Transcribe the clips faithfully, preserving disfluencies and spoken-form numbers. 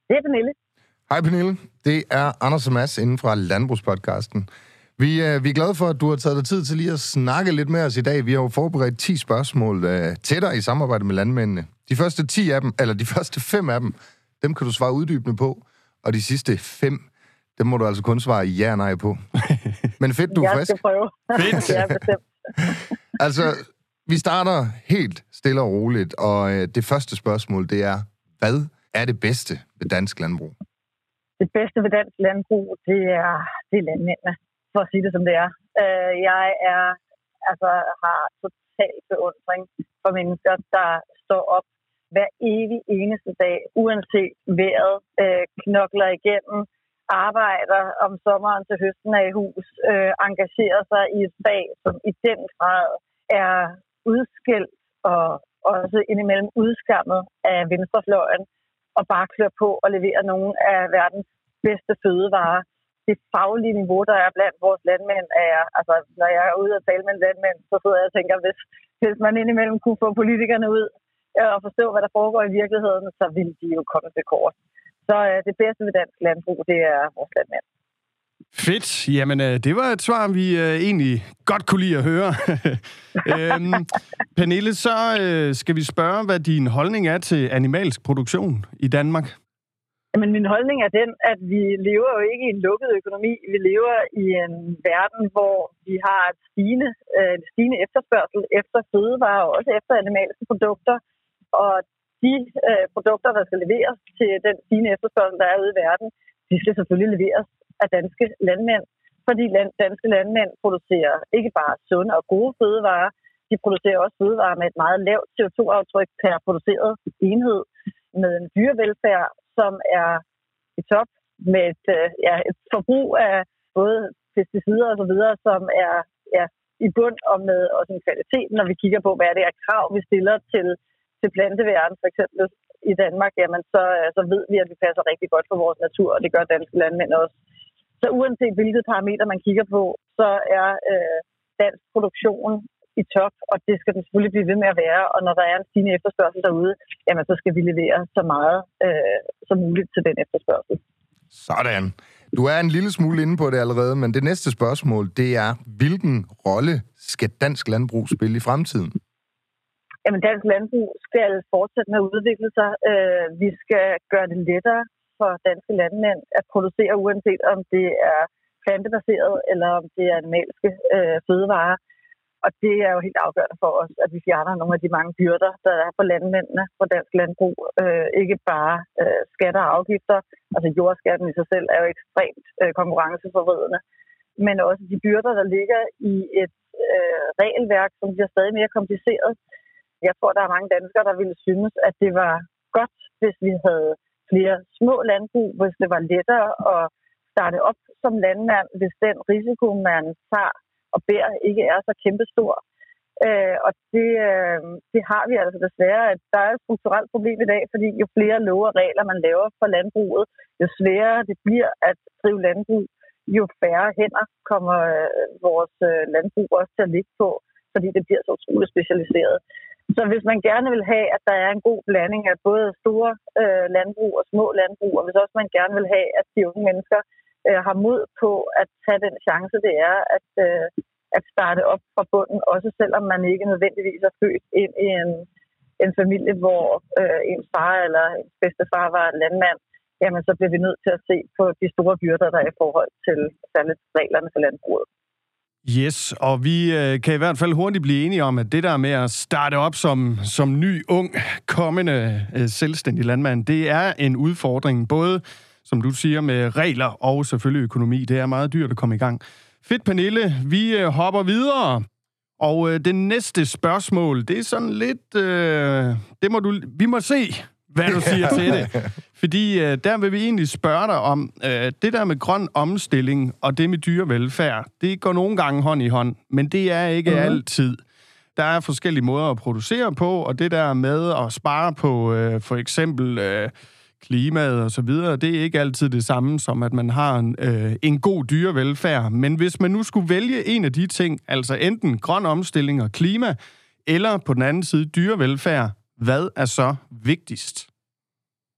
Det er Pernille. Hej Pernille, det er Anders og Mads inden fra Landbrugspodcasten. Vi, øh, vi er glade for, at du har taget dig tid til lige at snakke lidt med os i dag. Vi har jo forberedt ti spørgsmål øh, til dig i samarbejde med landmændene. De første ti af dem, eller de første fem af dem, dem kan du svare uddybende på. Og de sidste fem, dem må du altså kun svare ja og nej på. Men fedt, du er frisk. Jeg skal prøve. Fedt. Ja, bestemt. Altså, vi starter helt stille og roligt, og øh, det første spørgsmål, det er, hvad er det bedste ved dansk landbrug? Det bedste ved dansk landbrug, det er, det er landmændene, for at sige det som det er. Jeg er, altså, har total beundring for mennesker, der står op hver evig eneste dag, uanset vejret, knokler igennem, arbejder om sommeren til høsten af i hus, engagerer sig i et fag, som i den grad er udskilt og også indimellem udskammet af venstrefløjen, og bare klør på og levere nogle af verdens bedste fødevarer. Det faglige niveau, der er blandt vores landmænd, er, altså når jeg er ude og tale med en landmænd, så sidder jeg og tænker, hvis, hvis man indimellem kunne få politikerne ud og forstå, hvad der foregår i virkeligheden, så ville de jo komme til kort. Så øh, det bedste ved dansk landbrug, det er vores landmænd. Fedt. Jamen, det var et svar, vi øh, egentlig godt kunne lide at høre. øhm, Pernille, så øh, skal vi spørge, hvad din holdning er til animalsk produktion i Danmark? Jamen, min holdning er den, at vi lever jo ikke i en lukket økonomi. Vi lever i en verden, hvor vi har et stigende, øh, et stigende efterspørgsel efter fødevarer og også efter animalske produkter. Og de øh, produkter, der skal leveres til den stigende efterspørgsel, der er ude i verden, de skal selvfølgelig leveres af danske landmænd, fordi land, danske landmænd producerer ikke bare sunde og gode fødevarer, de producerer også fødevarer med et meget lavt C O to aftryk per produceret enhed, med en dyrevelfærd, som er i top, med et, ja, et forbrug af både pesticider og så videre, som er ja, i bund, og med også en kvalitet, når vi kigger på, hvad det er krav, vi stiller til, til planteverden, for eksempel i Danmark, jamen så, så ved vi, at vi passer rigtig godt på vores natur, og det gør danske landmænd også. Så uanset hvilket parameter man kigger på, så er øh, dansk produktion i top, og det skal den selvfølgelig blive ved med at være. Og når der er en stigende efterspørgsel derude, jamen så skal vi levere så meget øh, som muligt til den efterspørgsel. Sådan. Du er en lille smule inde på det allerede, men det næste spørgsmål, det er, hvilken rolle skal dansk landbrug spille i fremtiden? Jamen, dansk landbrug skal fortsætte med at udvikle sig. Øh, vi skal gøre det lettere for danske landmænd at producere, uanset om det er plantebaseret eller om det er animalske øh, fødevarer. Og det er jo helt afgørende for os, at vi fjerner nogle af de mange byrder, der er for landmændene, for dansk landbrug. Øh, ikke bare øh, skatter og afgifter, altså jordskatten i sig selv er jo ekstremt øh, konkurrenceforvridende, men også de byrder, der ligger i et øh, regelværk, som bliver stadig mere kompliceret. Jeg tror, der er mange danskere, der ville synes, at det var godt, hvis vi havde flere små landbrug, hvis det var lettere at starte op som landmand, hvis den risiko, man tager og bærer, ikke er så kæmpestor. Øh, og det, øh, det har vi altså desværre. Der er et strukturelt problem i dag, fordi jo flere love og regler, man laver for landbruget, jo sværere det bliver at drive landbrug, jo færre hænder kommer øh, vores øh, landbrug også til at ligge på, fordi det bliver så utroligt specialiseret. Så hvis man gerne vil have, at der er en god blanding af både store øh, landbrug og små landbrug, og hvis også man gerne vil have, at de unge mennesker øh, har mod på at tage den chance, det er at, øh, at starte op fra bunden, også selvom man ikke nødvendigvis er født ind i en, en familie, hvor øh, ens far eller ens bedstefar var landmand, jamen så bliver vi nødt til at se på de store byrder, der er i forhold til særligt reglerne for landbruget. Yes, og vi øh, kan i hvert fald hurtigt blive enige om, at det der med at starte op som, som ny, ung, kommende øh, selvstændig landmand, det er en udfordring, både, som du siger, med regler og selvfølgelig økonomi. Det er meget dyrt at komme i gang. Fedt, Pernille. Vi øh, hopper videre, og øh, det næste spørgsmål, det er sådan lidt... Øh, det må du... Vi må se, hvad du siger til det. Fordi øh, der vil vi egentlig spørge dig om, øh, det der med grøn omstilling og det med dyrevelfærd, det går nogle gange hånd i hånd, men det er ikke mm-hmm. altid. Der er forskellige måder at producere på, og det der med at spare på øh, for eksempel øh, klimaet og så videre, det er ikke altid det samme som, at man har en, øh, en god dyrevelfærd. Men hvis man nu skulle vælge en af de ting, altså enten grøn omstilling og klima, eller på den anden side dyrevelfærd, hvad er så vigtigst?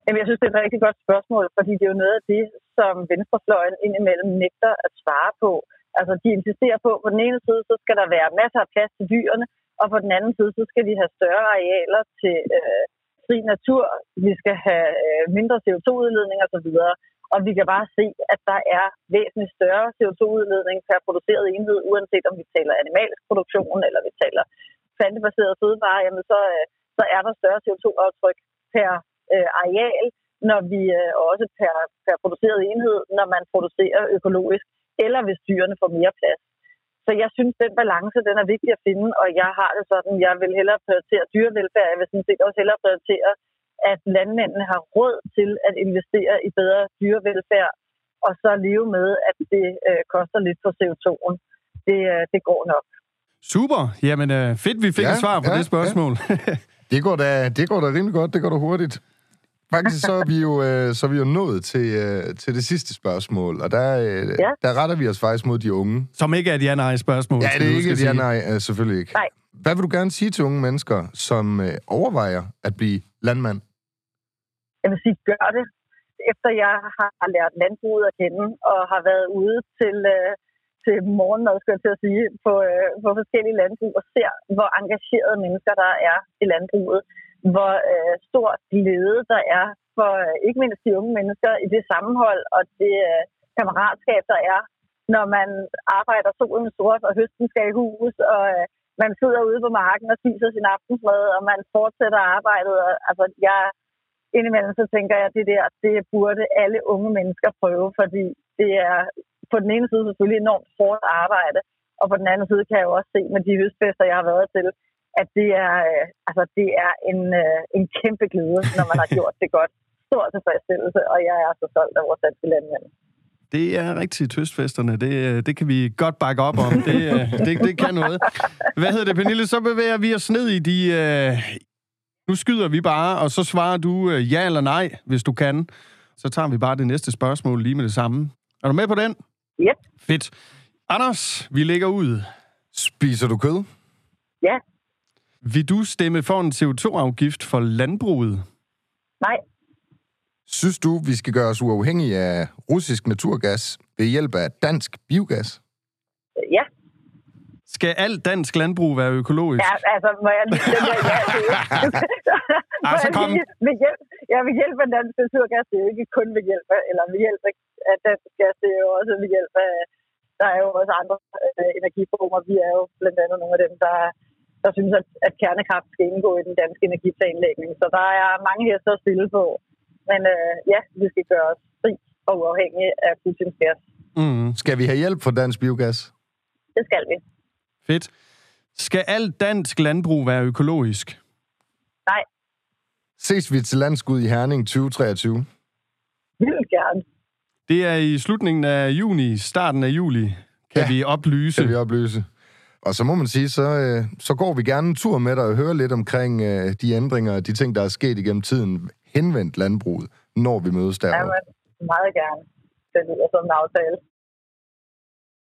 Jamen, jeg synes, det er et rigtig godt spørgsmål, fordi det er jo noget af det, som venstrefløjen indimellem nægter at svare på. Altså, de insisterer på, at på den ene side, så skal der være masser af plads til dyrene, og på den anden side, så skal vi have større arealer til øh, fri natur, vi skal have øh, mindre C O to udledning osv., og vi kan bare se, at der er væsentligt større C O to udledning per produceret enhed, uanset om vi taler animalsk produktion, eller vi taler plantebaseret fødevarer, jamen så, øh, så er der større C O to aftryk per øh, areal, når vi øh, også per, per produceret enhed, når man producerer økologisk, eller hvis dyrene får mere plads. Så jeg synes, den balance, den er vigtig at finde, og jeg har det sådan, jeg vil hellere prioritere dyrevelfærd, jeg vil sådan set også hellere prioritere, at landmændene har råd til at investere i bedre dyrevelfærd, og så leve med, at det øh, koster lidt for C O to'en. Det, øh, det går nok. Super. Jamen øh, fedt, vi fik ja, et svar på ja, det spørgsmål. Ja. det, går da, det går da rimelig godt, det går da hurtigt. Faktisk så er vi jo, øh, så er vi jo nået til, øh, til det sidste spørgsmål, og der, øh, ja. der retter vi os faktisk mod de unge. Som ikke er et ja-nej-spørgsmål. Ja, det er ikke et ja-nej, øh, selvfølgelig ikke. Nej. Hvad vil du gerne sige til unge mennesker, som øh, overvejer at blive landmand? Jeg vil sige, gør det. Efter jeg har lært landbruget at kende, og har været ude til, øh, til morgenmad, skal jeg til at sige, på, øh, på forskellige landbrug, og ser, hvor engagerede mennesker der er i landbruget, hvor øh, stor glæde der er for øh, ikke mindst de unge mennesker i det sammenhold og det øh, kammeratskab, der er, når man arbejder solen sort, og høsten skal i hus, og øh, man sidder ude på marken og spiser sin aftensmad, og man fortsætter arbejdet. Og, altså, jeg indimellem så tænker jeg, at det der, det burde alle unge mennesker prøve, fordi det er på den ene side selvfølgelig enormt hårdt arbejde, og på den anden side kan jeg jo også se med de høstfester, jeg har været til, at det er, øh, altså, det er en, øh, en kæmpe glæde, når man har gjort det godt. Stor tilfredsstillelse, og jeg er så stolt af vores danske landmænd. Det er rigtigt, høstfesterne. Det, det kan vi godt bakke op om. Det, det, det kan noget. Hvad hedder det, Pernille? Så bevæger vi os ned i de... Øh, nu skyder vi bare, og så svarer du øh, ja eller nej, hvis du kan. Så tager vi bare det næste spørgsmål lige med det samme. Er du med på den? Ja. Yep. Fedt. Anders, vi lægger ud. Spiser du kød? Ja. Vil du stemme for en C O to afgift for landbruget? Nej. Synes du, vi skal gøre os uafhængige af russisk naturgas ved hjælp af dansk biogas? Ja. Skal alt dansk landbrug være økologisk? Ja, altså, må jeg lige den der ja til. Altså, kom. Ved hjælp, ja, ved hjælp af dansk naturgas, det er jo ikke kun ved hjælp af, eller ved hjælp af dansk gas, det er jo også ved hjælp af, der er jo også andre øh, energiformer. Vi er jo blandt andet nogle af dem, der, der synes, at, at kernekraft skal indgå i den danske energiplanlægning. Så der er mange hester at stille på. Men øh, ja, vi skal gøre os fri og uafhængige af Putins gas. Mm. Skal vi have hjælp fra dansk biogas? Det skal vi. Fedt. Skal alt dansk landbrug være økologisk? Nej. Ses vi til landskud i Herning tyve treogtyve? Vil gerne. Det er i slutningen af juni, starten af juli, kan ja, vi oplyse. kan vi oplyse. Og så må man sige, så, øh, så går vi gerne en tur med dig og hører lidt omkring øh, de ændringer og de ting, der er sket igennem tiden, henvendt landbruget, når vi mødes derovre. Ja, meget gerne. Det lyder som en aftale.